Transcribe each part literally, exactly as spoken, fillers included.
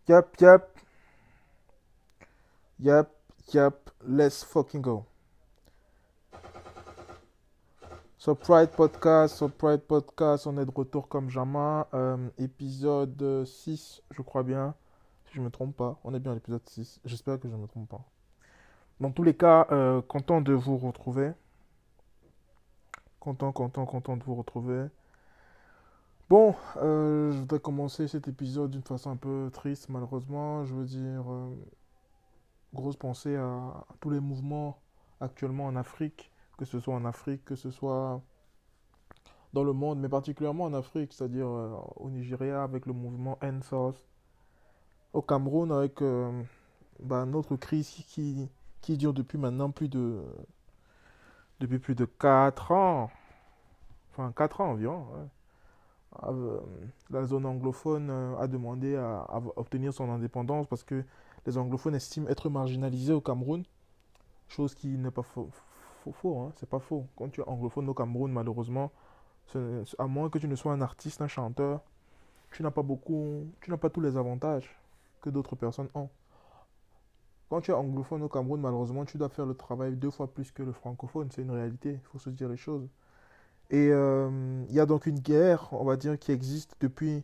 Yep, yep, yep, yep. Let's fucking go. Sur Pride Podcast, sur Pride Podcast, on est de retour comme jamais. Euh, épisode euh, six, je crois bien. Si je me trompe pas, on est bien à l'épisode six. J'espère que je ne me trompe pas. Dans tous les cas, euh, content de vous retrouver. Content, content, content de vous retrouver. Bon, euh, je voudrais commencer cet épisode d'une façon un peu triste, malheureusement. Je veux dire, euh, grosse pensée à, à tous les mouvements actuellement en Afrique, que ce soit en Afrique, que ce soit dans le monde, mais particulièrement en Afrique, c'est-à-dire euh, au Nigeria avec le mouvement N S O S, au Cameroun avec euh, bah, notre crise qui, qui dure depuis maintenant plus de, depuis plus de quatre ans, enfin quatre ans environ. Ouais. Euh, la zone anglophone euh, a demandé à, à obtenir son indépendance parce que les anglophones estiment être marginalisés au Cameroun, chose qui n'est pas faux, faux, faux hein, c'est pas faux. Quand tu es anglophone au Cameroun, malheureusement, à moins que tu ne sois un artiste, un chanteur, tu n'as pas beaucoup, tu n'as pas tous les avantages que d'autres personnes ont. Quand tu es anglophone au Cameroun, malheureusement, tu dois faire le travail deux fois plus que le francophone. C'est une réalité, il faut se dire les choses. Et euh, il y a donc une guerre, on va dire, qui existe depuis,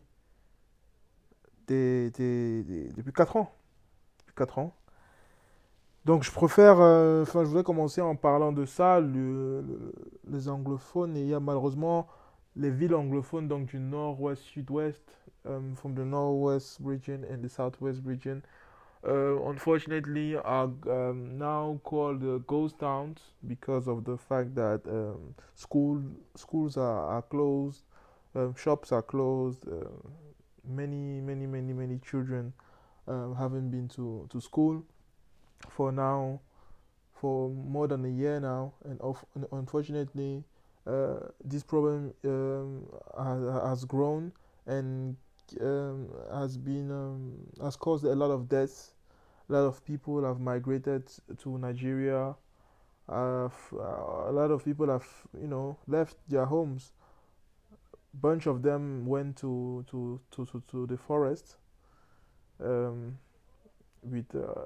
des, des- des- depuis quatre ans. Depuis quatre ans. Donc je préfère, euh, enfin je voudrais commencer en parlant de ça, le- le- les anglophones, et il y a malheureusement les villes anglophones donc du nord-ouest, sud-ouest, um, from the northwest region and the southwest region, uh, unfortunately are um, now called uh, ghost towns because of the fact that um, school schools are, are closed, um, shops are closed, uh, many many many many children um, haven't been to, to school for now for more than a year now, and of, unfortunately, uh, this problem um, has, has grown and um, has been um, has caused a lot of deaths. A lot of people have migrated to Nigeria. Uh, a lot of people have, you know, left their homes. Bunch of them went to to to to, to the forest um, with uh,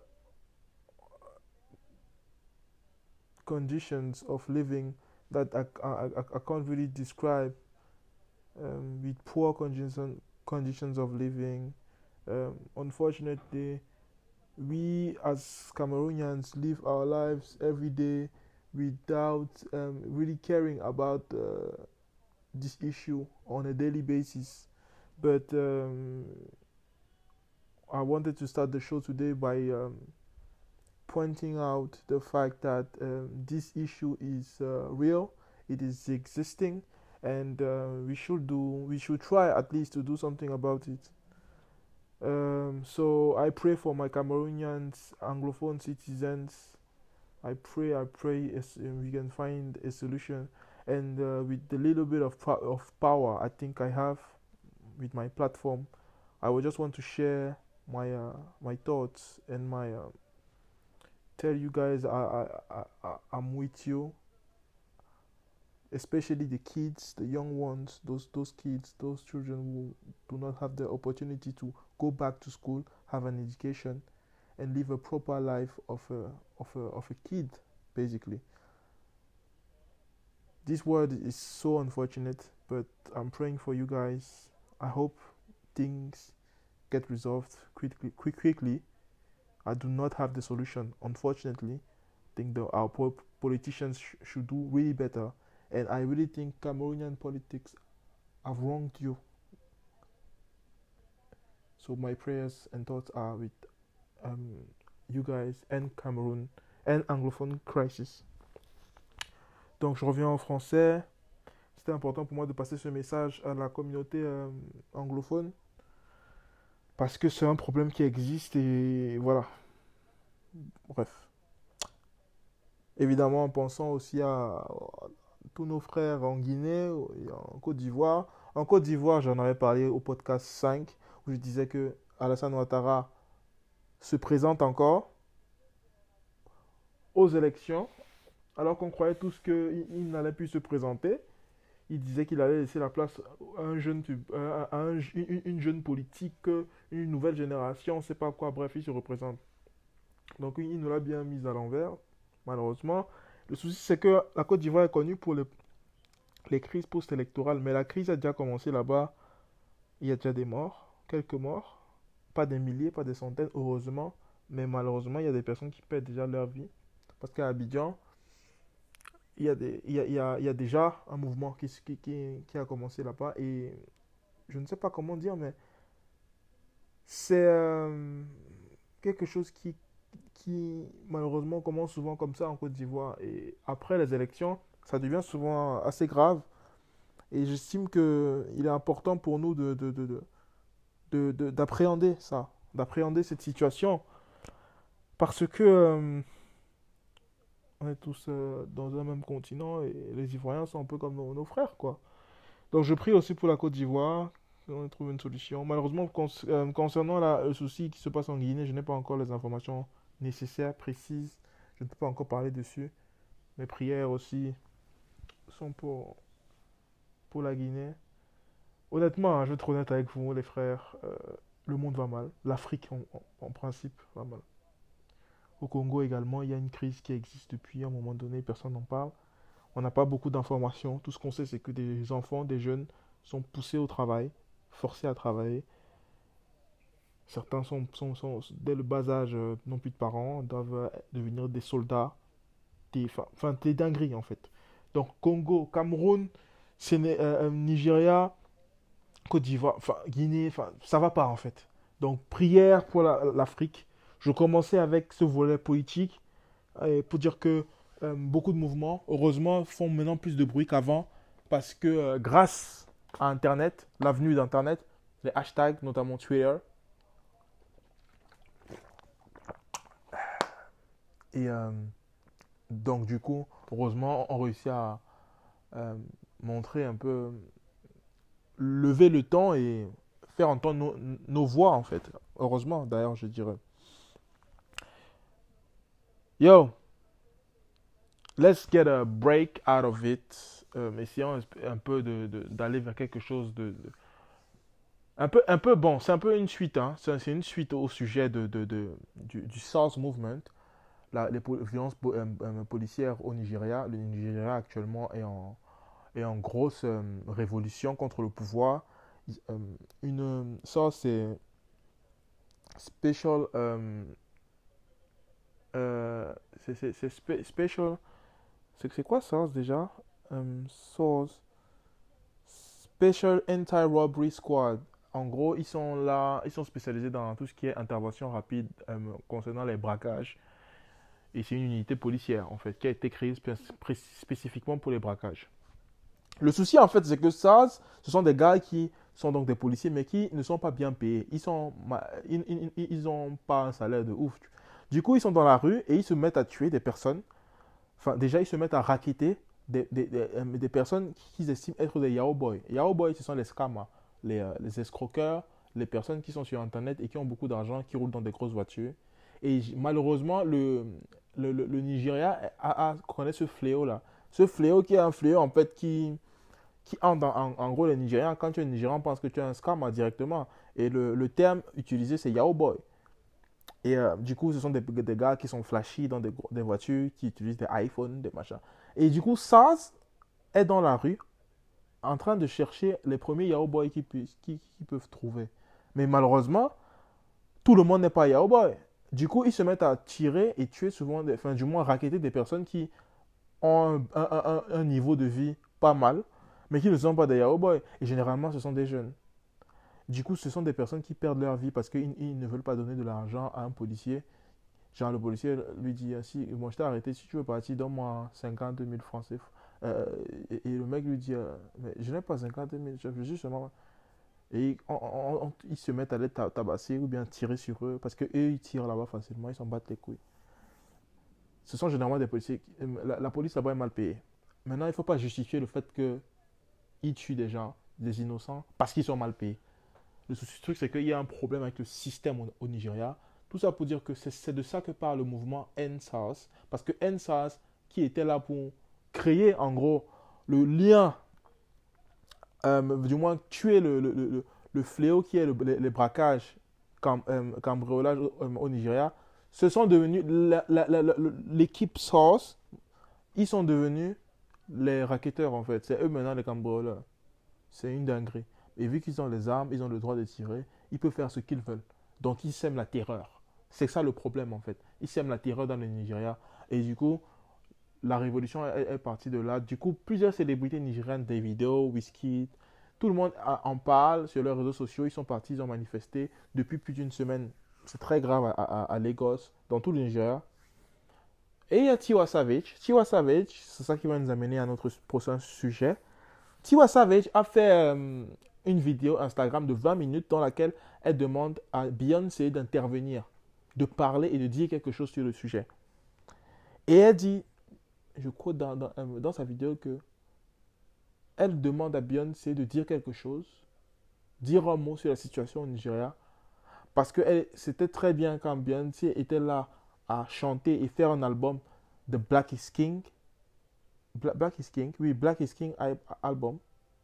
conditions of living that I, I, I I can't really describe, um, with poor condition, conditions of living. Um, unfortunately, we as Cameroonians live our lives every day without um, really caring about uh, this issue on a daily basis. But um, I wanted to start the show today by um, pointing out the fact that um, this issue is uh, real, it is existing, and uh, we should do, we should try at least to do something about it. Um, so I pray for my Cameroonians, Anglophone citizens. I pray, I pray as, uh, we can find a solution. And uh, with the little bit of po- of power I think I have with my platform, I would just want to share my uh, my thoughts and my uh, tell you guys I, I, I, I- I'm with you, especially the kids, the young ones, those those kids, those children who do not have the opportunity to go back to school, have an education, and live a proper life of a of a of a kid, basically. This world is so unfortunate, but I'm praying for you guys. I hope things get resolved quickly. Quick, quickly. I do not have the solution, unfortunately. I think the, our po- politicians sh- should do really better, and I really think Cameroonian politics have wronged you. So my prayers and thoughts are with um, you guys and Cameroon and anglophone crisis. Donc je reviens en français. C'était important pour moi de passer ce message à la communauté euh, anglophone parce que c'est un problème qui existe et voilà. Bref. Évidemment, en pensant aussi à, à tous nos frères en Guinée et en Côte d'Ivoire. En Côte d'Ivoire, j'en avais parlé au podcast cinq où je disais que Alassane Ouattara se présente encore aux élections alors qu'on croyait tous qu'il n'allait plus se présenter. il disait qu'il allait laisser la place à, un jeune, pub- à un- une, une jeune politique, une nouvelle génération, on ne sait pas quoi, bref, il se représente. Donc il nous l'a bien mis à l'envers, malheureusement. Le souci, c'est que la Côte d'Ivoire est connue pour les, les crises post-électorales, mais la crise a déjà commencé là-bas. Il y a déjà des morts, quelques morts, pas des milliers, pas des centaines, heureusement, mais malheureusement, il y a des personnes qui perdent déjà leur vie. Parce qu'à Abidjan, il y, a des, il, y a, il, y a, il y a déjà un mouvement qui, qui, qui, qui a commencé là-bas, et je ne sais pas comment dire, mais c'est euh, quelque chose qui, qui, malheureusement, commence souvent comme ça en Côte d'Ivoire. Et après les élections, ça devient souvent assez grave. Et j'estime qu'il est important pour nous de, de, de, de, de- de- d'appréhender ça, d'appréhender cette situation. Parce que euh, on est tous euh, dans un même continent et les Ivoiriens sont un peu comme nos, nos frères, quoi. Donc je prie aussi pour la Côte d'Ivoire, qu'on trouve une solution. Malheureusement, cons- euh, concernant la- le souci qui se passe en Guinée, je n'ai pas encore les informations nécessaires, précises. Je ne peux pas encore parler dessus. Mes prières aussi sont pour, pour la Guinée. Honnêtement, hein, je vais être honnête avec vous, les frères, euh, le monde va mal. L'Afrique, en, en- en principe, va mal. Au Congo également, il y a une crise qui existe depuis un moment donné, personne n'en parle. On n'a pas beaucoup d'informations. Tout ce qu'on sait, c'est que des enfants, des jeunes sont poussés au travail, forcés à travailler. Certains sont, sont- sont- dès le bas âge, euh, n'ont plus de parents, doivent euh, devenir des soldats, des, enfin, enfin, des dingueries en fait. Donc Congo, Cameroun, Séné- euh, euh, Nigeria, Côte d'Ivoire, enfin Guinée, enfin ça va pas en fait. Donc prière pour la- l'Afrique. Je commençais avec ce volet politique et pour dire que euh, beaucoup de mouvements, heureusement, font maintenant plus de bruit qu'avant parce que euh, grâce à Internet, l'avenue d'Internet, les hashtags, notamment Twitter, et euh, donc du coup, heureusement, on réussit à euh, montrer un peu, lever le temps et faire entendre nos, nos voix en fait. Heureusement, d'ailleurs, je dirais. Yo, let's get a break out of it. Euh, essayons un peu de, de- d'aller vers quelque chose de, de- un peu, un peu bon. C'est un peu une suite, hein. C'est, c'est une suite au sujet de, de, de- du, du SARS movement, la- les po- violences po- euh, euh, policières au Nigeria. Le Nigeria actuellement est en, est en grosse euh, révolution contre le pouvoir. Il- euh, une, ça, c'est special. euh, euh, c'est c'est- c'est spe- special. C'est c'est quoi SARS déjà? Euh, SARS. Special Anti-Robbery Squad. En gros, ils sont là, ils sont spécialisés dans tout ce qui est intervention rapide euh, concernant les braquages. Et c'est une unité policière, en fait, qui a été créée spé- pré- spécifiquement pour les braquages. Le souci, en fait, c'est que ça, ce sont des gars qui sont donc des policiers, mais qui ne sont pas bien payés. Ils sont, ma- ils, ils, ils- ils ont pas un salaire de ouf. Du coup, ils sont dans la rue et ils se mettent à tuer des personnes. Enfin, déjà, ils se mettent à racketter des, des, des, euh, des personnes qu'ils estiment être des Yahoo Boys. Yahoo Boys, ce sont les scammers, les, euh, les escroqueurs, les personnes qui sont sur Internet et qui ont beaucoup d'argent, qui roulent dans des grosses voitures. Et j- malheureusement, le, le, le- le Nigeria a, a- connaît ce fléau-là. Ce fléau qui est un fléau, en fait, qui, qui entre en, en- en gros, les Nigériens, quand tu es Nigérian, pense que tu es un scammer directement. Et le, le terme utilisé, c'est Yahoo Boy. Et euh, du coup, ce sont des, des gars qui sont flashy dans des, gros- des voitures, qui utilisent des iPhones, des machins. Et du coup, SARS est dans la rue en train de chercher les premiers Yahoo Boys qu'ils puissent- qui, qui peuvent trouver. Mais malheureusement, tout le monde n'est pas Yahoo Boy. Du coup, ils se mettent à tirer et tuer souvent, des, enfin, du moins, racketter des personnes qui ont un, un- un- un niveau de vie pas mal, mais qui ne sont pas des Yahoo Boys. Et généralement, ce sont des jeunes. Du coup, ce sont des personnes qui perdent leur vie parce qu'ils ils ne veulent pas donner de l'argent à un policier. Genre, le policier lui dit, ah, si, moi je t'ai arrêté, si tu veux partir, donne-moi cinquante mille francs C F A. Euh, et, et le mec lui dit, euh, mais je n'ai pas cinquante mille, je veux justement. Et ils, on- on- on- ils se mettent à les ta- tabasser ou bien tirer sur eux parce qu'eux, ils tirent là-bas facilement, ils s'en battent les couilles. Ce sont généralement des policiers. Qui- la, la police là-bas est mal payée. Maintenant, il ne faut pas justifier le fait qu'ils tuent des gens, des innocents, parce qu'ils sont mal payés. Le souci- truc, c'est qu'il y a un problème avec le système au, au Nigeria. Tout ça pour dire que c'est c'est de ça que parle le mouvement N SARS. Parce que N SARS, qui était là pour créer en gros le lien euh, du moins tuer le, le, le, le fléau qui est le, les, les braquages, cam, euh, cambriolage au, euh, au Nigeria, ce sont devenus la- la- la- la- l'équipe Source, ils sont devenus les racketteurs en fait. C'est eux maintenant les cambrioleurs. C'est une dinguerie. Et vu qu'ils ont les armes, ils ont le droit de tirer, ils peuvent faire ce qu'ils veulent. Donc ils sèment la terreur. C'est ça le problème en fait. Ils sèment la terreur dans le Nigeria. Et du coup, la révolution est, est partie de là. Du coup, plusieurs célébrités nigériennes, Davido, Wizkid, tout le monde a- en parle sur leurs réseaux sociaux. Ils sont partis, ils ont manifesté depuis plus d'une semaine. C'est très grave à, à- à Lagos, dans tout le Nigeria. Et il y a Tiwa Savage. Tiwa Savage, c'est ça qui va nous amener à notre prochain sujet. Tiwa Savage a fait euh, une vidéo Instagram de vingt minutes dans laquelle elle demande à Beyoncé d'intervenir, de parler et de dire quelque chose sur le sujet. Et elle dit, je crois dans, dans, euh, dans sa vidéo que elle demande à Beyoncé de dire quelque chose, dire un mot sur la situation au Nigeria, parce que elle- c'était très bien quand Beyoncé était là à chanter et faire un album de Black is King. Bla- Black is King, oui, Black is King al- album,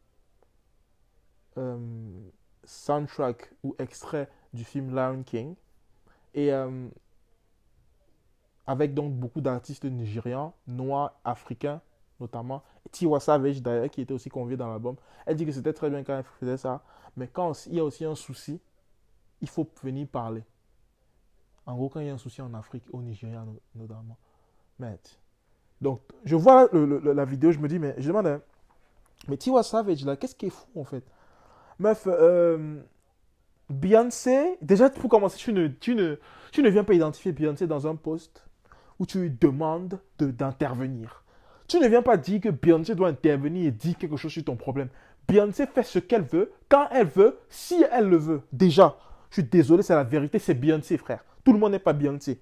euh, soundtrack ou extrait du film Lion King, et euh, avec donc beaucoup d'artistes nigérians, noirs, africains notamment. Tiwa Savage d'ailleurs, qui était aussi convié dans l'album. Elle dit que c'était très bien quand elle faisait ça, mais quand il y a aussi un souci, il faut venir parler. En gros, quand il y a un souci en Afrique, au Nigeria notamment. Mais, donc, je vois le- le- la vidéo, je me dis, mais je demande, hein, mais Tiwa Savage là, qu'est-ce qui est fou en fait? Meuf, euh, Beyoncé, déjà pour commencer, tu ne, tu, ne, tu ne viens pas identifier Beyoncé dans un post où tu lui demandes de- d'intervenir. Tu ne viens pas dire que Beyoncé doit intervenir et dire quelque chose sur ton problème. Beyoncé fait ce qu'elle veut, quand elle veut, si elle le veut. Déjà, je suis désolé, c'est la vérité, c'est Beyoncé, frère. Tout le monde n'est pas Beyoncé.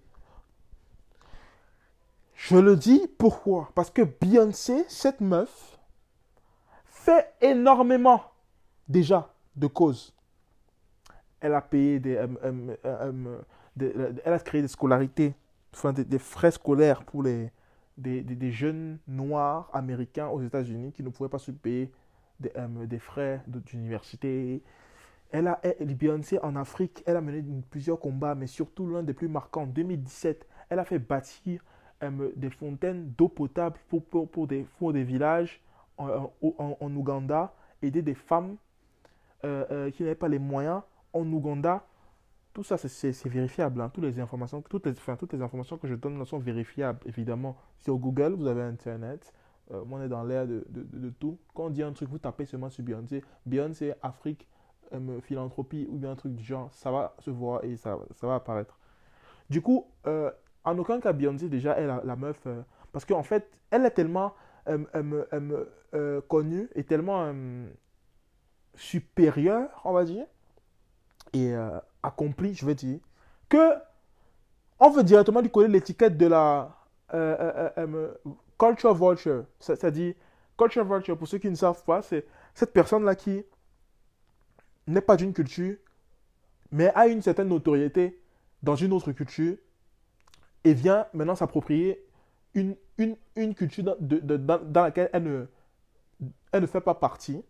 Je le dis pourquoi? Parce que Beyoncé, cette meuf, fait énormément déjà de causes. Elle a payé des, euh, euh, euh, des- euh, elle a créé des scolarités, enfin des, des frais scolaires pour les, des, des- des jeunes noirs américains aux États-Unis qui ne pouvaient pas se payer des, euh, des frais de- d'université. Elle a, elle, Beyoncé en Afrique, elle a mené plusieurs combats, mais surtout l'un des plus marquants, en deux mille dix-sept, elle a fait bâtir euh, des fontaines d'eau potable pour, pour, pour des, pour des villages en, en, en Ouganda, aider des femmes euh, euh, qui n'avaient pas les moyens en Ouganda. Tout ça, c'est- c'est c'est vérifiable, hein. Toutes les informations, toutes les, enfin, toutes les informations que je donne là sont vérifiables, évidemment. Sur Google, vous avez Internet. Euh, on est dans l'ère de, de, de- de tout. Quand on dit un truc, vous tapez seulement sur Beyoncé. Beyoncé, Afrique, euh, philanthropie ou bien un truc du genre, ça va se voir et ça, ça va apparaître. Du coup, euh, en aucun cas, Beyoncé, déjà, elle, la, la meuf, euh, parce qu'en fait, elle est tellement euh, euh, euh, euh, connue et tellement euh, supérieure, on va dire, et euh, accomplie, je veux dire, que on veut directement lui coller l'étiquette de la euh, euh, euh, euh, culture vulture. C'est-à-dire, culture vulture, pour ceux qui ne savent pas, c'est cette personne-là qui n'est pas d'une culture, mais a une certaine notoriété dans une autre culture et vient maintenant s'approprier une, une, une culture dans, de, de, dans, dans laquelle elle ne, elle ne fait pas partie.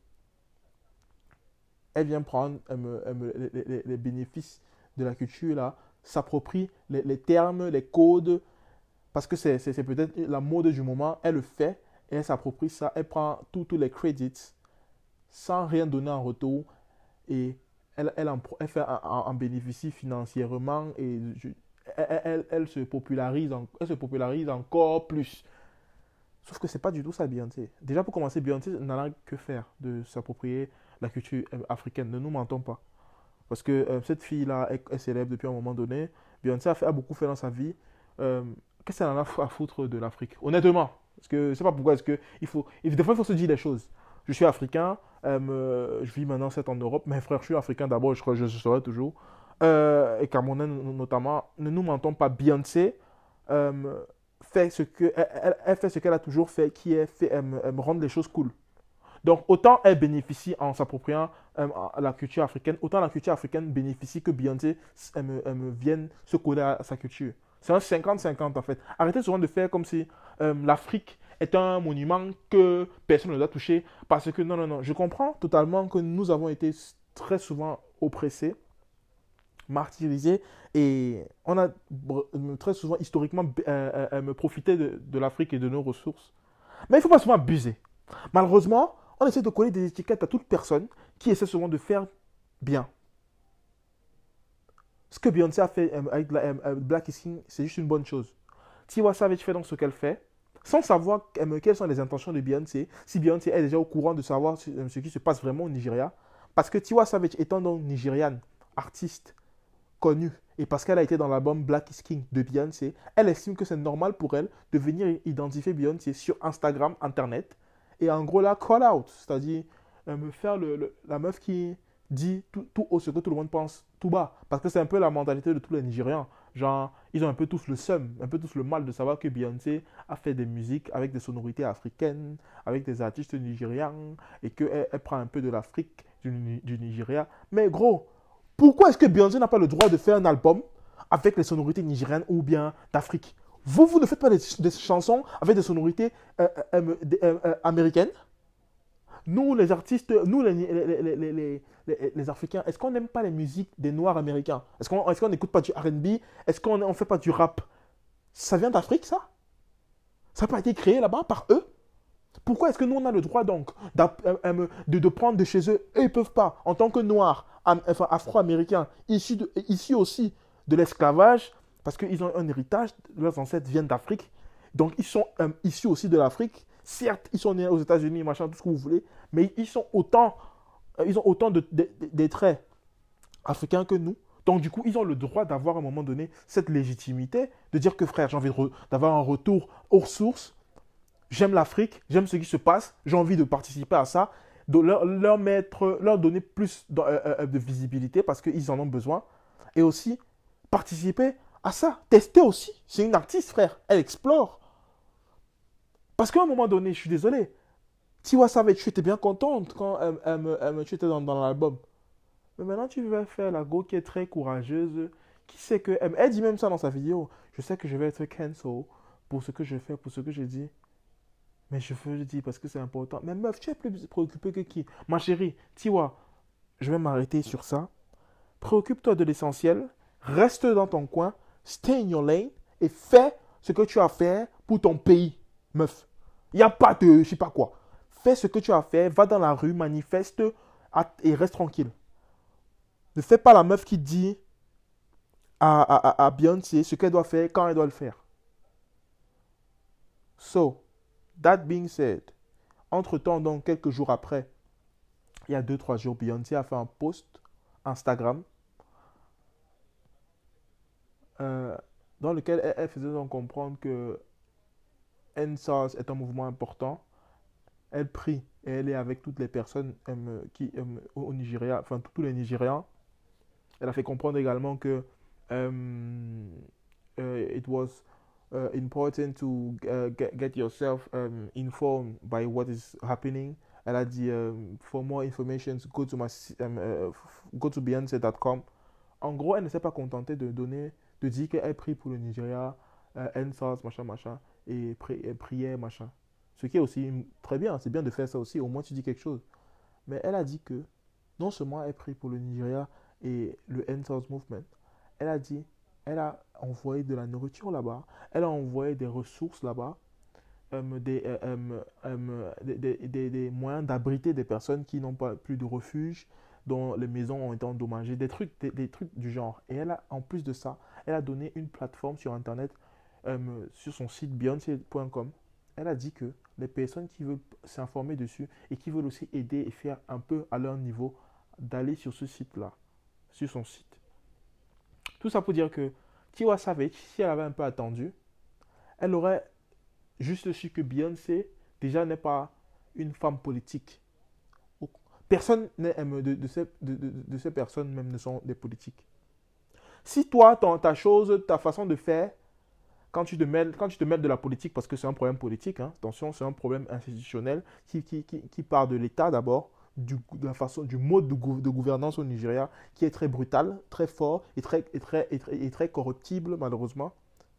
Elle vient prendre euh, euh, les, les, les bénéfices de la culture, là, s'approprie les, les termes, les codes, parce que c'est, c'est, c'est peut-être la mode du moment, elle le fait, et elle s'approprie ça, elle prend tous tous les crédits sans rien donner en retour, et elle, elle, en, elle fait en, en bénéficie financièrement, et je- elle, elle, elle se popularise en- elle se popularise encore plus. Sauf que c'est pas du tout ça, Beyoncé. Déjà, pour commencer, Beyoncé n'en a que faire de s'approprier la culture euh, africaine. Ne nous mentons pas. Parce que euh, cette fille-là est, est célèbre depuis un moment donné. Beyoncé a, fait, a beaucoup fait dans sa vie. Euh, Qu'est-ce qu'elle en a à foutre de l'Afrique? Honnêtement. Parce que je sais pas pourquoi. Est-ce que il faut, il, des fois, il faut se dire les choses. Je suis africain. Euh, je vis maintenant sept ans en Europe. Mais frère, je suis africain d'abord. Je, je, je serai toujours. Euh, et Camerounais notamment. Ne nous mentons pas. Beyoncé euh, fait ce que, elle, elle- elle fait ce qu'elle a toujours fait, qui est fait, elle, me- elle me rendre les choses cool. Donc, autant elle bénéficie en s'appropriant euh, la culture africaine, autant la culture africaine bénéficie que Beyoncé elle me, elle me vienne se coller à sa culture. C'est un cinquante cinquante en fait. Arrêtez souvent de faire comme si euh, l'Afrique est un monument que personne ne doit toucher. Parce que non, non, non. Je comprends totalement que nous avons été très souvent oppressés, martyrisés. Et on a très souvent, historiquement, euh, euh, euh, profité de, de l'Afrique et de nos ressources. Mais il ne faut pas souvent abuser. Malheureusement, on essaie de coller des étiquettes à toute personne qui essaie souvent de faire bien. Ce que Beyoncé a fait euh, avec la, euh, Black is King, c'est juste une bonne chose. Tiwa Savage fait donc ce qu'elle fait, sans savoir euh, quelles sont les intentions de Beyoncé, si Beyoncé est déjà au courant de savoir ce, euh, ce qui se passe vraiment au Nigeria. Parce que Tiwa Savage étant donc nigériane, artiste, connue, et parce qu'elle a été dans l'album Black is King de Beyoncé, elle estime que c'est normal pour elle de venir identifier Beyoncé sur Instagram, Internet, et en gros là, call out, c'est-à-dire euh, me faire le, le- la meuf qui dit tout, tout haut ce que tout le monde pense tout bas. Parce que c'est un peu la mentalité de tous les Nigérians. Genre, ils ont un peu tous le seum, un peu tous le mal de savoir que Beyoncé a fait des musiques avec des sonorités africaines, avec des artistes nigérians, et qu'elle elle prend un peu de l'Afrique, du, du Nigeria. Mais gros, pourquoi est-ce que Beyoncé n'a pas le droit de faire un album avec les sonorités nigériennes ou bien d'Afrique? Vous, vous ne faites pas des, des chansons avec des sonorités euh, euh, euh, euh, américaines? Nous, les artistes, nous, les, les, les, les, les, les- les Africains, est-ce qu'on n'aime pas les musiques des Noirs américains? Est-ce qu'on est-ce qu'on n'écoute pas du R and B? Est-ce qu'on ne fait pas du rap? Ça vient d'Afrique, ça? Ça n'a pas été créé là-bas par eux? Pourquoi est-ce que nous, on a le droit donc d'ap- euh, euh, de, de prendre de chez eux? Eux, ils ne peuvent pas, en tant que Noirs, am- enfin, Afro-Américains, issus, de- issus aussi de l'esclavage, parce qu'ils ont un héritage, leurs ancêtres viennent d'Afrique, donc ils sont euh, issus aussi de l'Afrique. Certes, ils sont nés aux États-Unis, machin, tout ce que vous voulez, mais ils sont autant, euh, ils ont autant de, de- de- des traits africains que nous. Donc, du coup, ils ont le droit d'avoir à un moment donné cette légitimité de dire que, frère, j'ai envie de re- d'avoir un retour aux sources. J'aime l'Afrique, j'aime ce qui se passe, j'ai envie de participer à ça, de leur, leur mettre, leur donner plus de, euh, euh, de visibilité parce qu'ils en ont besoin. Et aussi, participer à ça, tester aussi. C'est une artiste, frère, elle explore. Parce qu'à un moment donné, je suis désolé, Tiwa Savage, tu étais bien contente quand elle, elle me- elle me- tu étais dans, dans l'album. Mais maintenant, tu vas faire la go qui est très courageuse. Qui sait que. Elle, elle dit même ça dans sa vidéo. Je sais que je vais être cancel pour ce que je fais, pour ce que je dis. Mais je veux le dire parce que c'est important. Mais meuf, tu es plus préoccupée que qui? Ma chérie, Tiwa, je vais m'arrêter sur ça. Préoccupe-toi de l'essentiel. Reste dans ton coin. Stay in your lane. Et fais ce que tu as à faire pour ton pays, meuf. Il n'y a pas de je sais pas quoi. Fais ce que tu as à faire. Va dans la rue, manifeste et reste tranquille. Ne fais pas la meuf qui dit à, à, à Beyoncé ce qu'elle doit faire quand elle doit le faire. So, that being said, entre-temps, donc quelques jours après, il y a deux trois jours, Beyoncé a fait un post Instagram euh, dans lequel elle, elle faisait donc comprendre que N S A S est un mouvement important. Elle prie et elle est avec toutes les personnes euh, qui, euh, au Nigeria, enfin tous les Nigérians. Elle a fait comprendre également que um, uh, it was uh, important to uh, get, get yourself um, informed by what is happening. Elle a dit um, for more information, go to my um, uh, go to Beyonce dot com. En gros, elle ne s'est pas contentée de donner, de dire qu'elle prie pour le Nigeria, euh, N S A S, machin, machin, et, pri et prière, machin. Ce qui est aussi très bien, c'est bien de faire ça aussi, au moins tu dis quelque chose. Mais elle a dit que non seulement elle prie pour le Nigeria et le N S A S Movement, elle a dit, elle a envoyé de la nourriture là-bas, elle a envoyé des ressources là-bas, euh, des, euh, euh, euh, des, des, des, des moyens d'abriter des personnes qui n'ont pas plus de refuge, dont les maisons ont été endommagées, des trucs, des, des trucs du genre. Et elle a, en plus de ça, elle a donné une plateforme sur Internet, euh, sur son site Beyonce point com. Elle a dit que les personnes qui veulent s'informer dessus et qui veulent aussi aider et faire un peu à leur niveau, d'aller sur ce site-là, sur son site. Tout ça pour dire que Tiwa Savage, si elle avait un peu attendu, elle aurait juste su que Beyoncé, déjà, n'est pas une femme politique. Personne de, de, ces, de, de, de ces personnes même ne sont des politiques. Si toi, ton, ta chose, ta façon de faire, quand tu te mêles, quand tu te mêles de la politique, parce que c'est un problème politique, hein, attention, c'est un problème institutionnel qui, qui, qui, qui part de l'État d'abord, du, de la façon, du mode de, gou- de gouvernance au Nigeria, qui est très brutal, très fort et très, et très, et très, et très corruptible, malheureusement.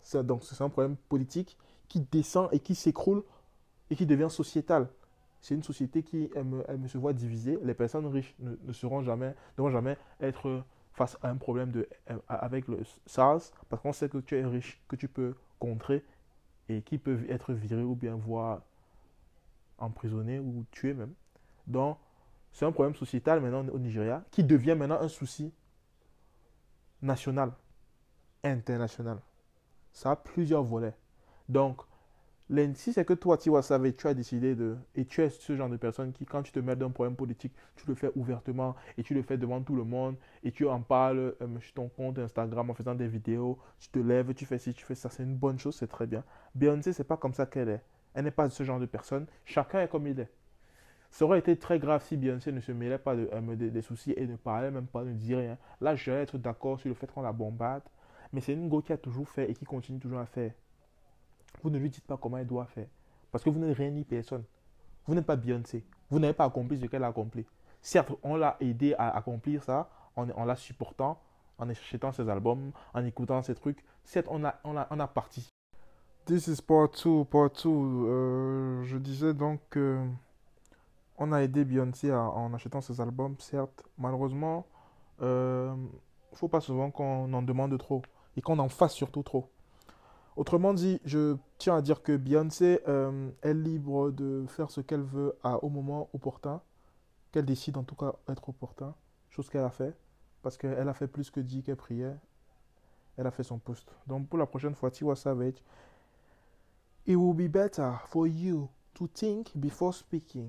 Ça, donc, c'est un problème politique qui descend et qui s'écroule et qui devient sociétal. C'est une société qui elle me, elle me se voit divisée. Les personnes riches ne, ne seront jamais, ne vont jamais être face à un problème de, avec le SARS parce qu'on sait que tu es riche, que tu peux contrer et qui peuvent être virés ou bien voire emprisonnés ou tués même. Donc, c'est un problème sociétal maintenant au Nigeria qui devient maintenant un souci national, international. Ça a plusieurs volets. Donc, si c'est que toi, Tiwa Savage, tu as décidé de... Et tu es ce genre de personne qui, quand tu te mets d'un problème politique, tu le fais ouvertement et tu le fais devant tout le monde et tu en parles euh, sur ton compte Instagram en faisant des vidéos, tu te lèves, tu fais ci, tu fais ça, c'est une bonne chose, c'est très bien. Beyoncé, c'est pas comme ça qu'elle est. Elle n'est pas ce genre de personne. Chacun est comme il est. Ça aurait été très grave si Beyoncé ne se mêlait pas de, euh, des, des soucis et ne parlait même pas, ne disait rien. Là, je vais être d'accord sur le fait qu'on la bombarde, mais c'est une go qui a toujours fait et qui continue toujours à faire. Vous ne lui dites pas comment elle doit faire. Parce que vous n'êtes rien ni personne. Vous n'êtes pas Beyoncé. Vous n'avez pas accompli ce qu'elle a accompli. Certes, on l'a aidé à accomplir ça en, en la supportant, en achetant ses albums, en écoutant ses trucs. Certes, on a, on a, on a participé. This is part two, part two. Euh, je disais donc que on a aidé Beyoncé à- en achetant ses albums, certes. Malheureusement, il euh, ne faut pas souvent qu'on en demande trop et qu'on en fasse surtout trop. Autrement dit, je tiens à dire que Beyoncé euh, est libre de faire ce qu'elle veut à, au moment opportun, qu'elle décide en tout cas être opportun, chose qu'elle a fait, parce qu'elle a fait plus que dit qu'elle priait, elle a fait son post. Donc pour la prochaine fois, Tiwa Savage, it will be better for you to think before speaking.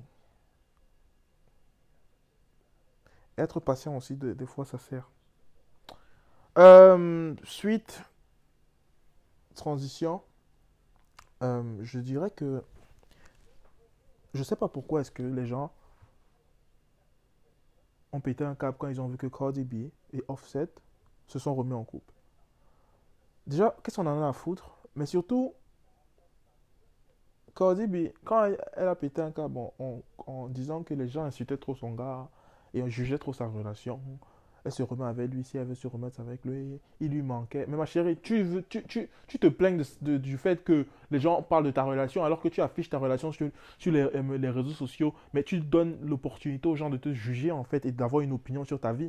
Être patient aussi, de- des fois, ça sert. Euh, suite, transition, euh, je dirais que je sais pas pourquoi est-ce que les gens ont pété un câble quand ils ont vu que Cardi B et Offset se sont remis en couple. Déjà, qu'est-ce qu'on en a à foutre? Mais surtout, Cardi B, quand elle, elle a pété un câble en, en- en disant que les gens insultaient trop son gars et jugeaient trop sa relation, elle se remet avec lui. Si elle veut se remettre avec lui, il lui manquait. Mais ma chérie, tu, veux, tu, tu, tu te plains de- de- du fait que les gens parlent de ta relation alors que tu affiches ta relation sur, sur les, euh, les réseaux sociaux, mais tu donnes l'opportunité aux gens de te juger en fait et d'avoir une opinion sur ta vie.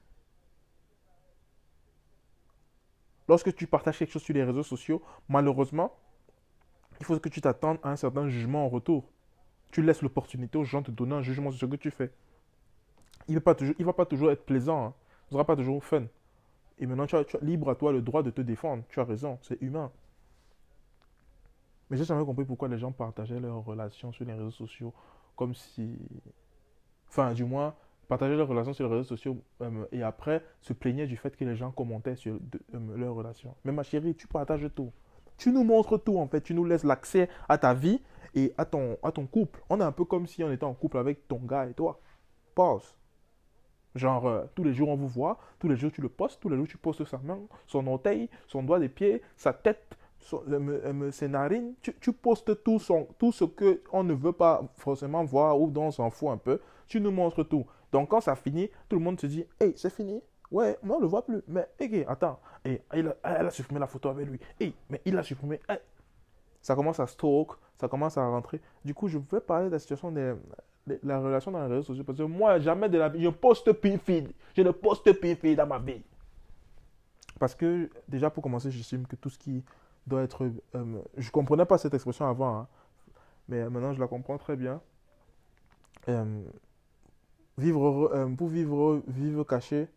Lorsque tu partages quelque chose sur les réseaux sociaux, malheureusement, il faut que tu t'attendes à un certain jugement en retour. Tu laisses l'opportunité aux gens de te donner un jugement sur ce que tu fais. Il ne va, pas toujours- il va pas toujours être plaisant, hein. Ce ne sera pas toujours fun. Et maintenant, tu as, tu as libre à toi le droit de te défendre. Tu as raison, c'est humain. Mais j'ai jamais compris pourquoi les gens partageaient leurs relations sur les réseaux sociaux comme si... Enfin, du moins, partageaient leurs relations sur les réseaux sociaux euh, et après se plaignaient du fait que les gens commentaient sur de- euh, leurs relations. Mais ma chérie, tu partages tout. Tu nous montres tout en fait. Tu nous laisses l'accès à ta vie et à ton, à ton couple. On est un peu comme si on était en couple avec ton gars et toi. Pause. Genre, euh, tous les jours on vous voit, tous les jours tu le postes, tous les jours tu postes sa main, son orteil, son doigt des pieds, sa tête, son- euh, euh, ses narines. Tu, tu postes tout, son, tout ce qu'on ne veut pas forcément voir ou dont on s'en fout un peu. Tu nous montres tout. Donc quand ça finit, tout le monde se dit, hey, c'est fini. Ouais, moi on le voit plus. Mais, ok, attends. Hey, il a- elle a supprimé la photo avec lui. Hey, mais il a supprimé. Hey. Ça commence à stalk, ça commence à rentrer. Du coup, je vais parler de la situation des, les- la relation dans les réseaux sociaux. Parce que moi, jamais de la vie, je poste pin-feed. Je ne poste pin-feed dans ma vie. Parce que, déjà, pour commencer, j'estime que tout ce qui doit être... euh, je ne comprenais pas cette expression avant, hein, mais maintenant, je la comprends très bien. Euh, vivre heureux- euh, pour vivre, heureux, vivre caché,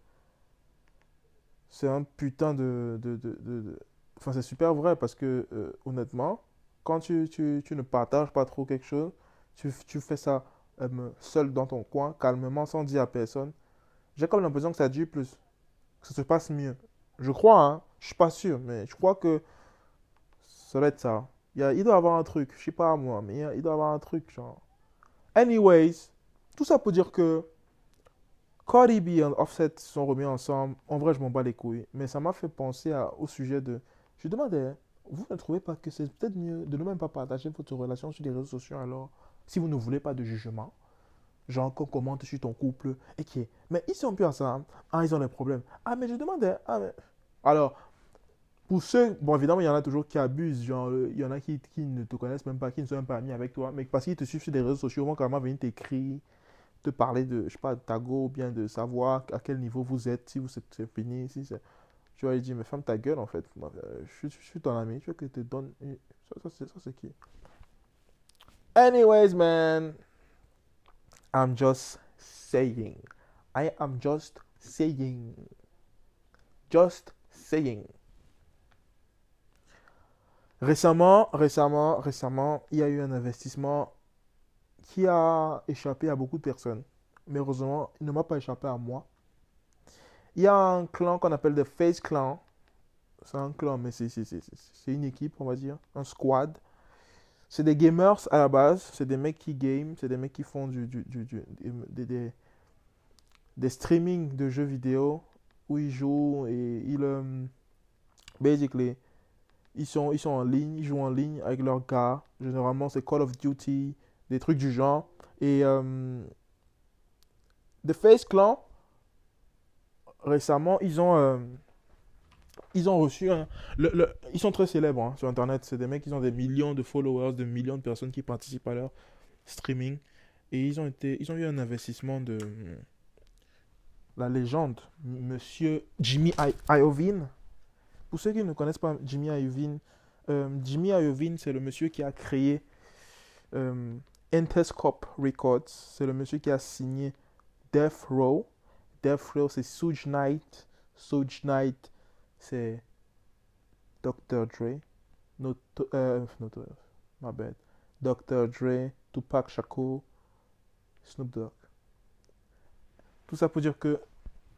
c'est un putain de... de, de, de- de- Enfin, c'est super vrai parce que, euh, honnêtement, quand tu, tu, tu ne partages pas trop quelque chose, tu, tu fais ça euh, seul dans ton coin, calmement, sans dire à personne, j'ai comme l'impression que ça dure plus, que ça se passe mieux. Je crois, hein. Je suis pas sûr, mais je crois que ça doit être ça. Il, y a- il doit y avoir un truc, je sais pas moi, mais il, y a- il doit y avoir un truc, genre. Anyways, tout ça pour dire que Cardi B et Offset se sont remis ensemble. En vrai, je m'en bats les couilles. Mais ça m'a fait penser à- au sujet de. Je demandais, vous ne trouvez pas que c'est peut-être mieux de ne même pas partager votre relation sur les réseaux sociaux alors, si vous ne voulez pas de jugement? Genre qu'on commente sur ton couple et qui est. Mais ils sont plus ensemble. Ah, ils ont des problèmes. Ah, mais je demandais. Ah, mais... Alors, Pour ceux, bon, évidemment, il y en a toujours qui abusent. Genre, euh, il y en a qui, qui ne te connaissent même pas, qui ne sont même pas amis avec toi. Mais parce qu'ils te suivent sur les réseaux sociaux, ils vont quand même venir t'écrire, te parler de, je sais pas, de ta go, ou bien de savoir à quel niveau vous êtes, si vous êtes c'est fini, si c'est... Tu vas lui dire, mais ferme ta gueule, en fait. Moi, euh, je, suis- je suis ton ami, tu veux que je te donne... une- Ça, ça, c'est, ça, c'est qui? Anyways, man, I'm just saying. I am just saying. Just saying. Récemment, récemment, récemment, il y a eu un investissement qui a échappé à beaucoup de personnes. Mais heureusement, il ne m'a pas échappé à moi. Il y a un clan qu'on appelle le Face Clan. C'est un clan, mais c'est c'est- c'est- c'est une équipe, on va dire. Un squad. C'est des gamers à la base. C'est des mecs qui game. C'est des mecs qui font du, du, du- du- des, des, des streamings de jeux vidéo où ils jouent et ils, euh, basically, ils sont, ils sont en ligne, ils jouent en ligne avec leurs gars. Généralement, c'est Call of Duty, des trucs du genre. Et euh, The Face Clan, récemment, ils ont, euh, ils ont reçu un... le- le- ils sont très célèbres hein, sur Internet. C'est des mecs qui ont des millions de followers, de millions de personnes qui participent à leur streaming. Et ils ont, été, ils ont eu un investissement de la légende, Monsieur Jimmy I- Iovine. Pour ceux qui ne connaissent pas Jimmy Iovine, euh, Jimmy Iovine, c'est le monsieur qui a créé euh, Interscope Records. C'est le monsieur qui a signé Death Row. Death Row, c'est Suge Knight. Suge Knight, c'est docteur Dre. Noto- euh, Noto- my bad. docteur Dre, Tupac Shakur, Snoop Dogg. Tout ça pour dire que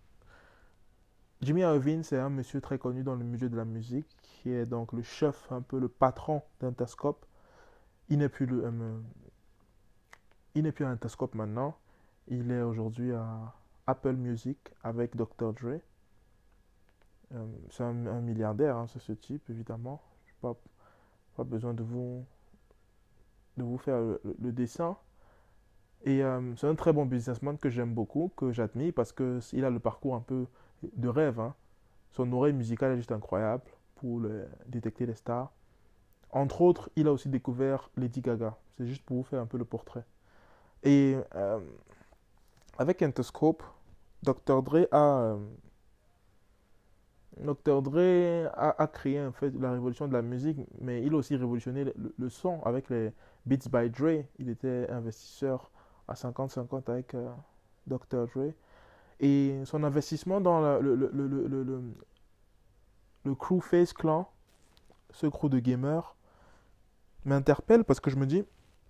Jimmy Iovine, c'est un monsieur très connu dans le milieu de la musique, qui est donc le chef, un peu le patron d'Interscope. Il n'est plus le, euh, il n'est plus à Interscope maintenant. Il est aujourd'hui à Apple Music avec docteur Dre. Euh, c'est un, un milliardaire, hein, c'est ce type, évidemment. Pas, pas besoin de vous, de vous faire le, le dessin. Et euh, c'est un très bon businessman que j'aime beaucoup, que j'admire parce qu'il a le parcours un peu de rêve. Hein. Son oreille musicale est juste incroyable pour le, détecter les stars. Entre autres, il a aussi découvert Lady Gaga. C'est juste pour vous faire un peu le portrait. Et euh, avec Interscope, docteur Dre a, euh, docteur Dre a, a créé en fait la révolution de la musique, mais il a aussi révolutionné le, le son avec les Beats by Dre. Il était investisseur à cinquante cinquante avec euh, docteur Dre. Et son investissement dans la- le, le, le, le, le, le- le crew Face Clan, ce crew de gamers, m'interpelle parce que je me dis,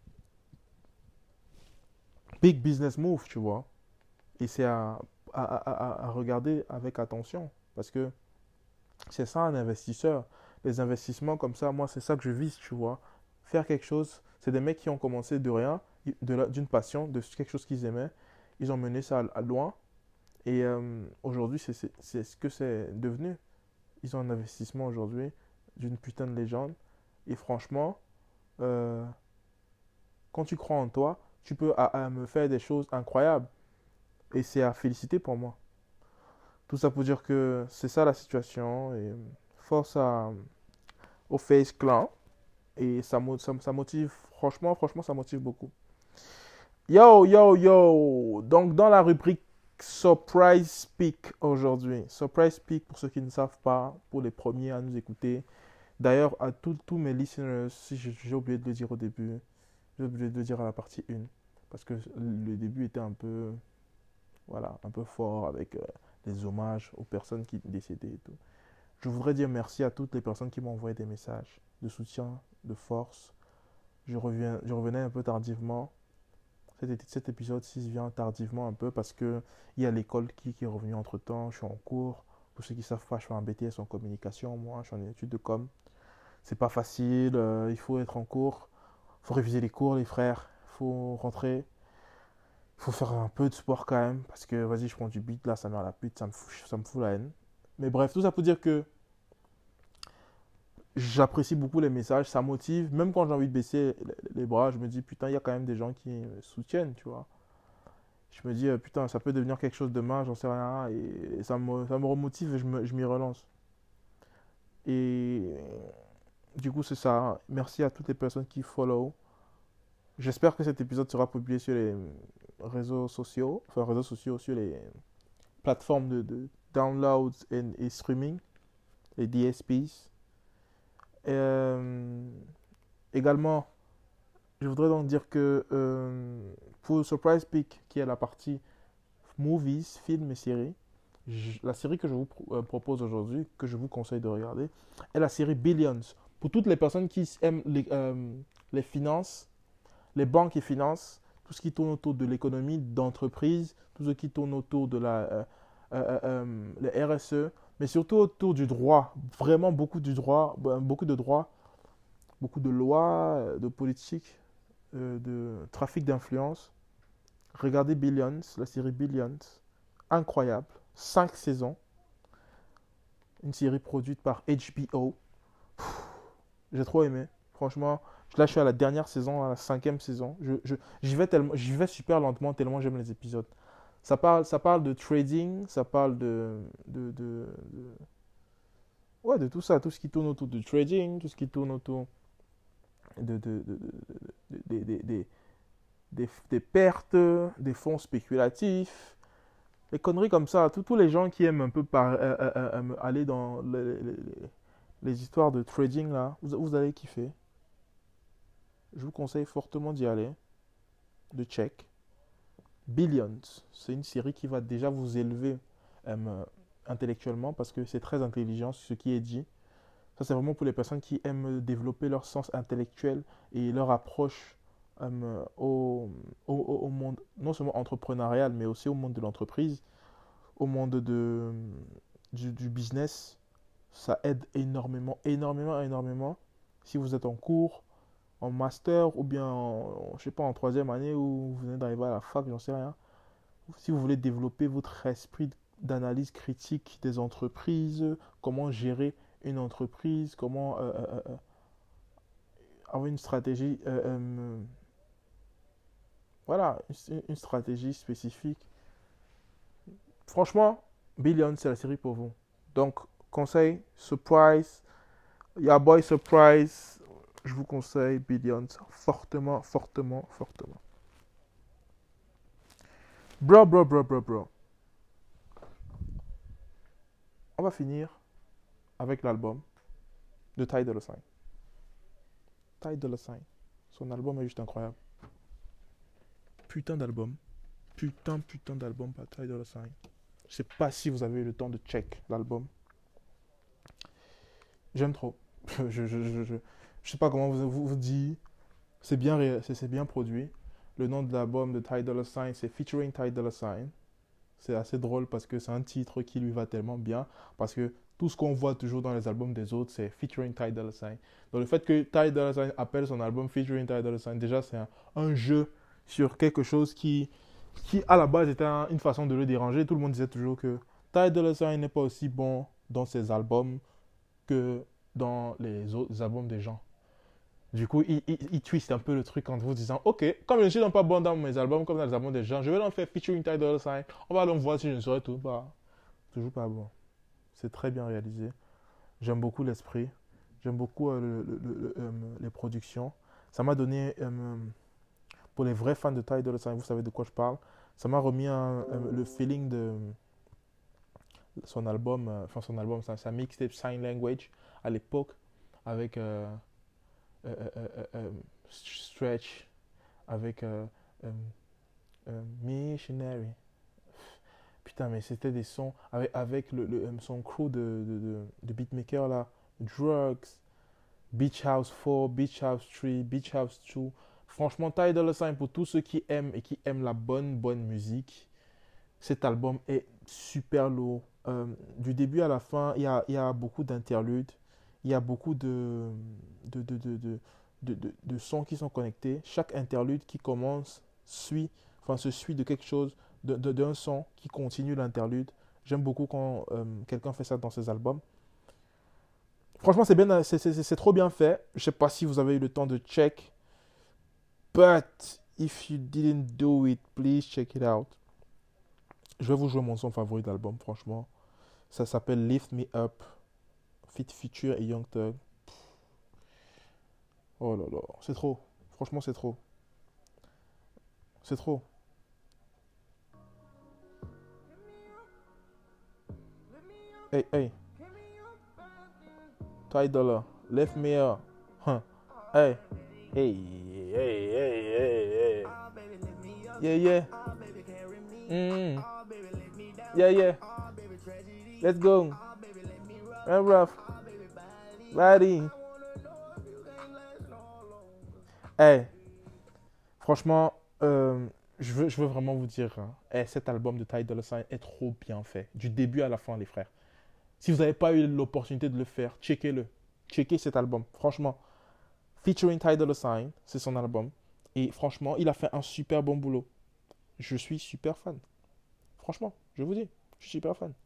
big business move, tu vois. Et c'est à, à, à, à regarder avec attention parce que c'est ça un investisseur. Les investissements comme ça, moi, c'est ça que je vise, tu vois. Faire quelque chose, c'est des mecs qui ont commencé de rien, de la- d'une passion, de quelque chose qu'ils aimaient. Ils ont mené ça à, à loin. Et euh, aujourd'hui, c'est c'est- c'est ce que c'est devenu. Ils ont un investissement aujourd'hui d'une putain de légende. Et franchement, euh, quand tu crois en toi, tu peux à, à me faire des choses incroyables. Et c'est à féliciter pour moi. Tout ça pour dire que c'est ça la situation. Et force à, au Face Clan. Et ça, ça, ça motive, franchement, franchement, ça motive beaucoup. Yo, yo, yo. Donc, dans la rubrique Surprise Speak aujourd'hui. Surprise Speak, pour ceux qui ne savent pas, pour les premiers à nous écouter. D'ailleurs, à tous tous mes listeners, si j'ai oublié de le dire au début, j'ai oublié de le dire à la partie un. Parce que le début était un peu, voilà, un peu fort avec euh, les hommages aux personnes qui décédaient et tout. Je voudrais dire merci à toutes les personnes qui m'ont envoyé des messages de soutien, de force. Je, reviens, je revenais un peu tardivement. Cet, cet épisode six vient tardivement un peu parce que il y a l'école qui, qui est revenue entre temps. Je suis en cours. Pour ceux qui ne savent pas, je fais un B T S en communication. Moi, je suis en études de com. C'est pas facile. Euh, il faut être en cours. Il faut réviser les cours, les frères. Il faut rentrer. Il faut faire un peu de sport quand même. Parce que, vas-y, je prends du beat là, ça me rend la pute. Ça me, fout, ça me fout la haine. Mais bref, tout ça pour dire que j'apprécie beaucoup les messages, ça motive. Même quand j'ai envie de baisser les bras, je me dis, putain, il y a quand même des gens qui me soutiennent, tu vois. Je me dis, euh, putain, ça peut devenir quelque chose demain, j'en sais rien. Et, et ça me, ça me remotive et je me- je m'y relance. Et du coup, c'est ça. Merci à toutes les personnes qui follow. J'espère que cet épisode sera publié sur les réseaux sociaux, enfin réseaux sociaux, sur les plateformes de, de downloads et, et streaming, les D S Ps. Euh, également, je voudrais donc dire que euh, pour Surprise Pick, qui est la partie movies, films et séries, je- la série que je vous pro- euh, propose aujourd'hui, que je vous conseille de regarder, est la série Billions. Pour toutes les personnes qui aiment les, euh, les finances, les banques et finances, tout ce qui tourne autour de l'économie d'entreprise, tout ce qui tourne autour de la, euh, euh, euh, les R S E, mais surtout autour du droit, vraiment beaucoup du droit, ben, beaucoup de droits, beaucoup de lois, euh, de politique, euh, de trafic d'influence. Regardez Billions, la série Billions, incroyable, cinq saisons, une série produite par H B O. J'ai trop aimé, franchement. Là, je suis à la dernière saison, à la cinquième saison. Je, je- j'y vais tellement, j'y vais super lentement tellement j'aime les épisodes. Ça parle, ça parle de trading, ça parle de, de, de, de- ouais, de tout ça, tout ce qui tourne autour du trading, tout ce qui tourne autour de, de, de- de- de- de- de- des- des, des pertes, des fonds spéculatifs, les conneries comme ça. Tous tous les gens qui aiment un peu par, euh, euh, euh, aller dans les, les- les- les histoires de trading là, vous, vous allez kiffer. Je vous conseille fortement d'y aller, de check. Billions, c'est une série qui va déjà vous élever euh, intellectuellement parce que c'est très intelligent ce qui est dit. Ça, c'est vraiment pour les personnes qui aiment développer leur sens intellectuel et leur approche euh, au, au, au monde, non seulement entrepreneurial, mais aussi au monde de l'entreprise, au monde de, du, du business. Ça aide énormément, énormément, énormément. Si vous êtes en cours, en master ou bien en, je sais pas, en troisième année ou vous venez d'arriver à la fac, j'en sais rien. Si vous voulez développer votre esprit d'analyse critique des entreprises, comment gérer une entreprise, comment euh, euh, euh, avoir une stratégie, euh, euh, voilà, une, une stratégie spécifique. Franchement, Billion, c'est la série pour vous. Donc, conseil, Surprise, Yeah Boy Surprise, je vous conseille Billions fortement, fortement, fortement. Bro, bro, bro, bro, bro. On va finir avec l'album de Ty Dolla Sign. Ty Dolla Sign. Son album est juste incroyable. Putain d'album. Putain, putain d'album par Ty Dolla Sign. Je sais pas si vous avez eu le temps de check l'album. J'aime trop. je, je, je, je, je sais pas comment vous vous, vous dire. C'est bien, ré- c'est, c'est bien produit. Le nom de l'album de Ty Dolla Sign, c'est Featuring Ty Dolla Sign. C'est assez drôle parce que c'est un titre qui lui va tellement bien. Parce que tout ce qu'on voit toujours dans les albums des autres, c'est Featuring Ty Dolla Sign. Donc le fait que Ty Dolla Sign appelle son album Featuring Ty Dolla Sign, déjà c'est un, un jeu sur quelque chose qui, qui à la base était un- une façon de le déranger. Tout le monde disait toujours que Ty Dolla Sign n'est pas aussi bon dans ses albums que dans les autres albums des gens. Du coup, il, il, il twist un peu le truc en vous disant, ok, comme je ne suis donc pas bon dans mes albums, comme dans les albums des gens, je vais en faire featuring Ty Dolla Sign. On va donc voir si je ne serai tout pas, toujours pas bon. C'est très bien réalisé. J'aime beaucoup l'esprit. J'aime beaucoup euh, le- le- le- le, euh, les productions. Ça m'a donné, euh, pour les vrais fans de Ty Dolla Sign, vous savez de quoi je parle. Ça m'a remis un- euh, le feeling de son album, euh, enfin son album, sa, sa mixtape Sign Language à l'époque, avec euh, euh, euh, euh, euh, Stretch, avec euh, euh, euh, Missionary. Putain, mais c'était des sons avec, avec le, le, euh, son crew de, de, de, de beatmaker là. Drugs, Beach House quatre, Beach House trois, Beach House deux. Franchement, Ty Dolla Sign, pour tous ceux qui aiment et qui aiment la bonne, bonne musique, cet album est super lourd. Euh, du début à la fin, il y a, il y a beaucoup d'interludes, il y a beaucoup de, de, de, de, de, de, de- de sons qui sont connectés. Chaque interlude qui commence suit, enfin, se suit de quelque chose, de- de- d'un son qui continue l'interlude. J'aime beaucoup quand euh, quelqu'un fait ça dans ses albums. Franchement, c'est bien, c'est, c'est- c'est trop bien fait. Je sais pas si vous avez eu le temps de check, but if you didn't do it, please check it out. Je vais vous jouer mon son favori d'album, franchement. Ça s'appelle Lift Me Up. feat Future et Young Thug. Oh là là, c'est trop. Franchement, c'est trop. C'est trop. Hey, hey. Ty Dolla, Left Me Up. Huh. Hey. Hey, hey, hey, hey, hey. Yeah, yeah. Mm. Yeah, yeah. Let's go. Run rough. Body. Hey. Franchement, euh, je, veux, je veux vraiment vous dire, hein, hey, cet album de Ty Dolla Sign est trop bien fait. Du début à la fin, les frères. Si vous n'avez pas eu l'opportunité de le faire, checkez-le. Checkez cet album. Franchement, featuring Ty Dolla Sign, c'est son album. Et franchement, il a fait un super bon boulot. Je suis super fan. Franchement, je vous dis, je suis super fan.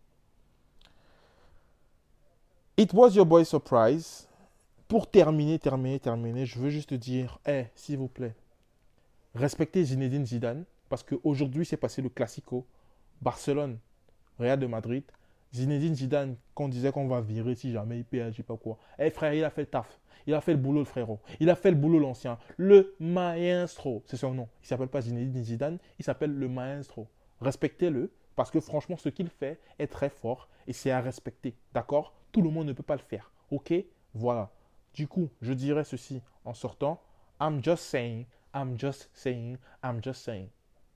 It was your boy Surprise. Pour terminer, terminer, terminer, je veux juste dire, hey, s'il vous plaît, respectez Zinedine Zidane, parce qu'aujourd'hui, c'est passé le Classico. Barcelone, Real de Madrid. Zinedine Zidane, qu'on disait qu'on va virer si jamais il perd, je sais pas quoi. Eh frère, il a fait le taf. Il a fait le boulot, le frérot. Il a fait le boulot, l'ancien. Le maestro, c'est son nom. Il ne s'appelle pas Zinedine Zidane, il s'appelle le maestro. Respectez-le, parce que franchement, ce qu'il fait est très fort et c'est à respecter. D'accord? Tout le monde ne peut pas le faire. Ok? Voilà. Du coup, je dirais ceci en sortant. I'm just saying, I'm just saying, I'm just saying.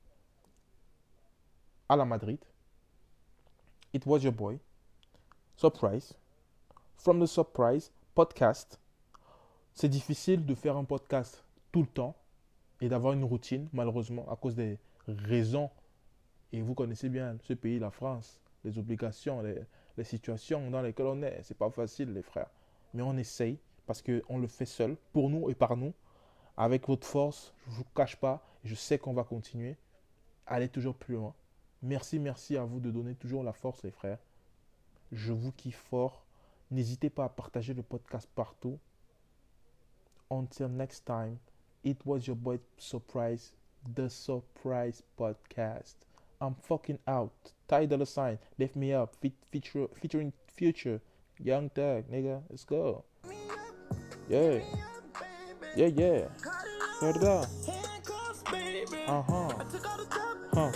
À la Madrid. It was your boy. Surprise. From the Surprise podcast. C'est difficile de faire un podcast tout le temps et d'avoir une routine, malheureusement, à cause des raisons. Et vous connaissez bien ce pays, la France, les obligations, les, les situations dans lesquelles on est. C'est pas facile, les frères. Mais on essaye parce qu'on le fait seul, pour nous et par nous. Avec votre force, je ne vous cache pas, je sais qu'on va continuer. Aller toujours plus loin. Merci, merci à vous de donner toujours la force, les frères. Je vous kiffe fort. N'hésitez pas à partager le podcast partout. Until next time, it was your boy Surprise, the Surprise Podcast. I'm fucking out. Ty Dolla Sign, Lift Me Up, fe- feature, featuring Future, Young Thug, nigga, let's go. Yeah, yeah, yeah. Heard it out. Uh huh. Huh.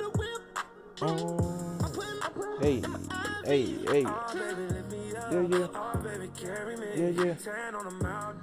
Oh. Hey, hey, hey. Yeah, yeah. Yeah, yeah.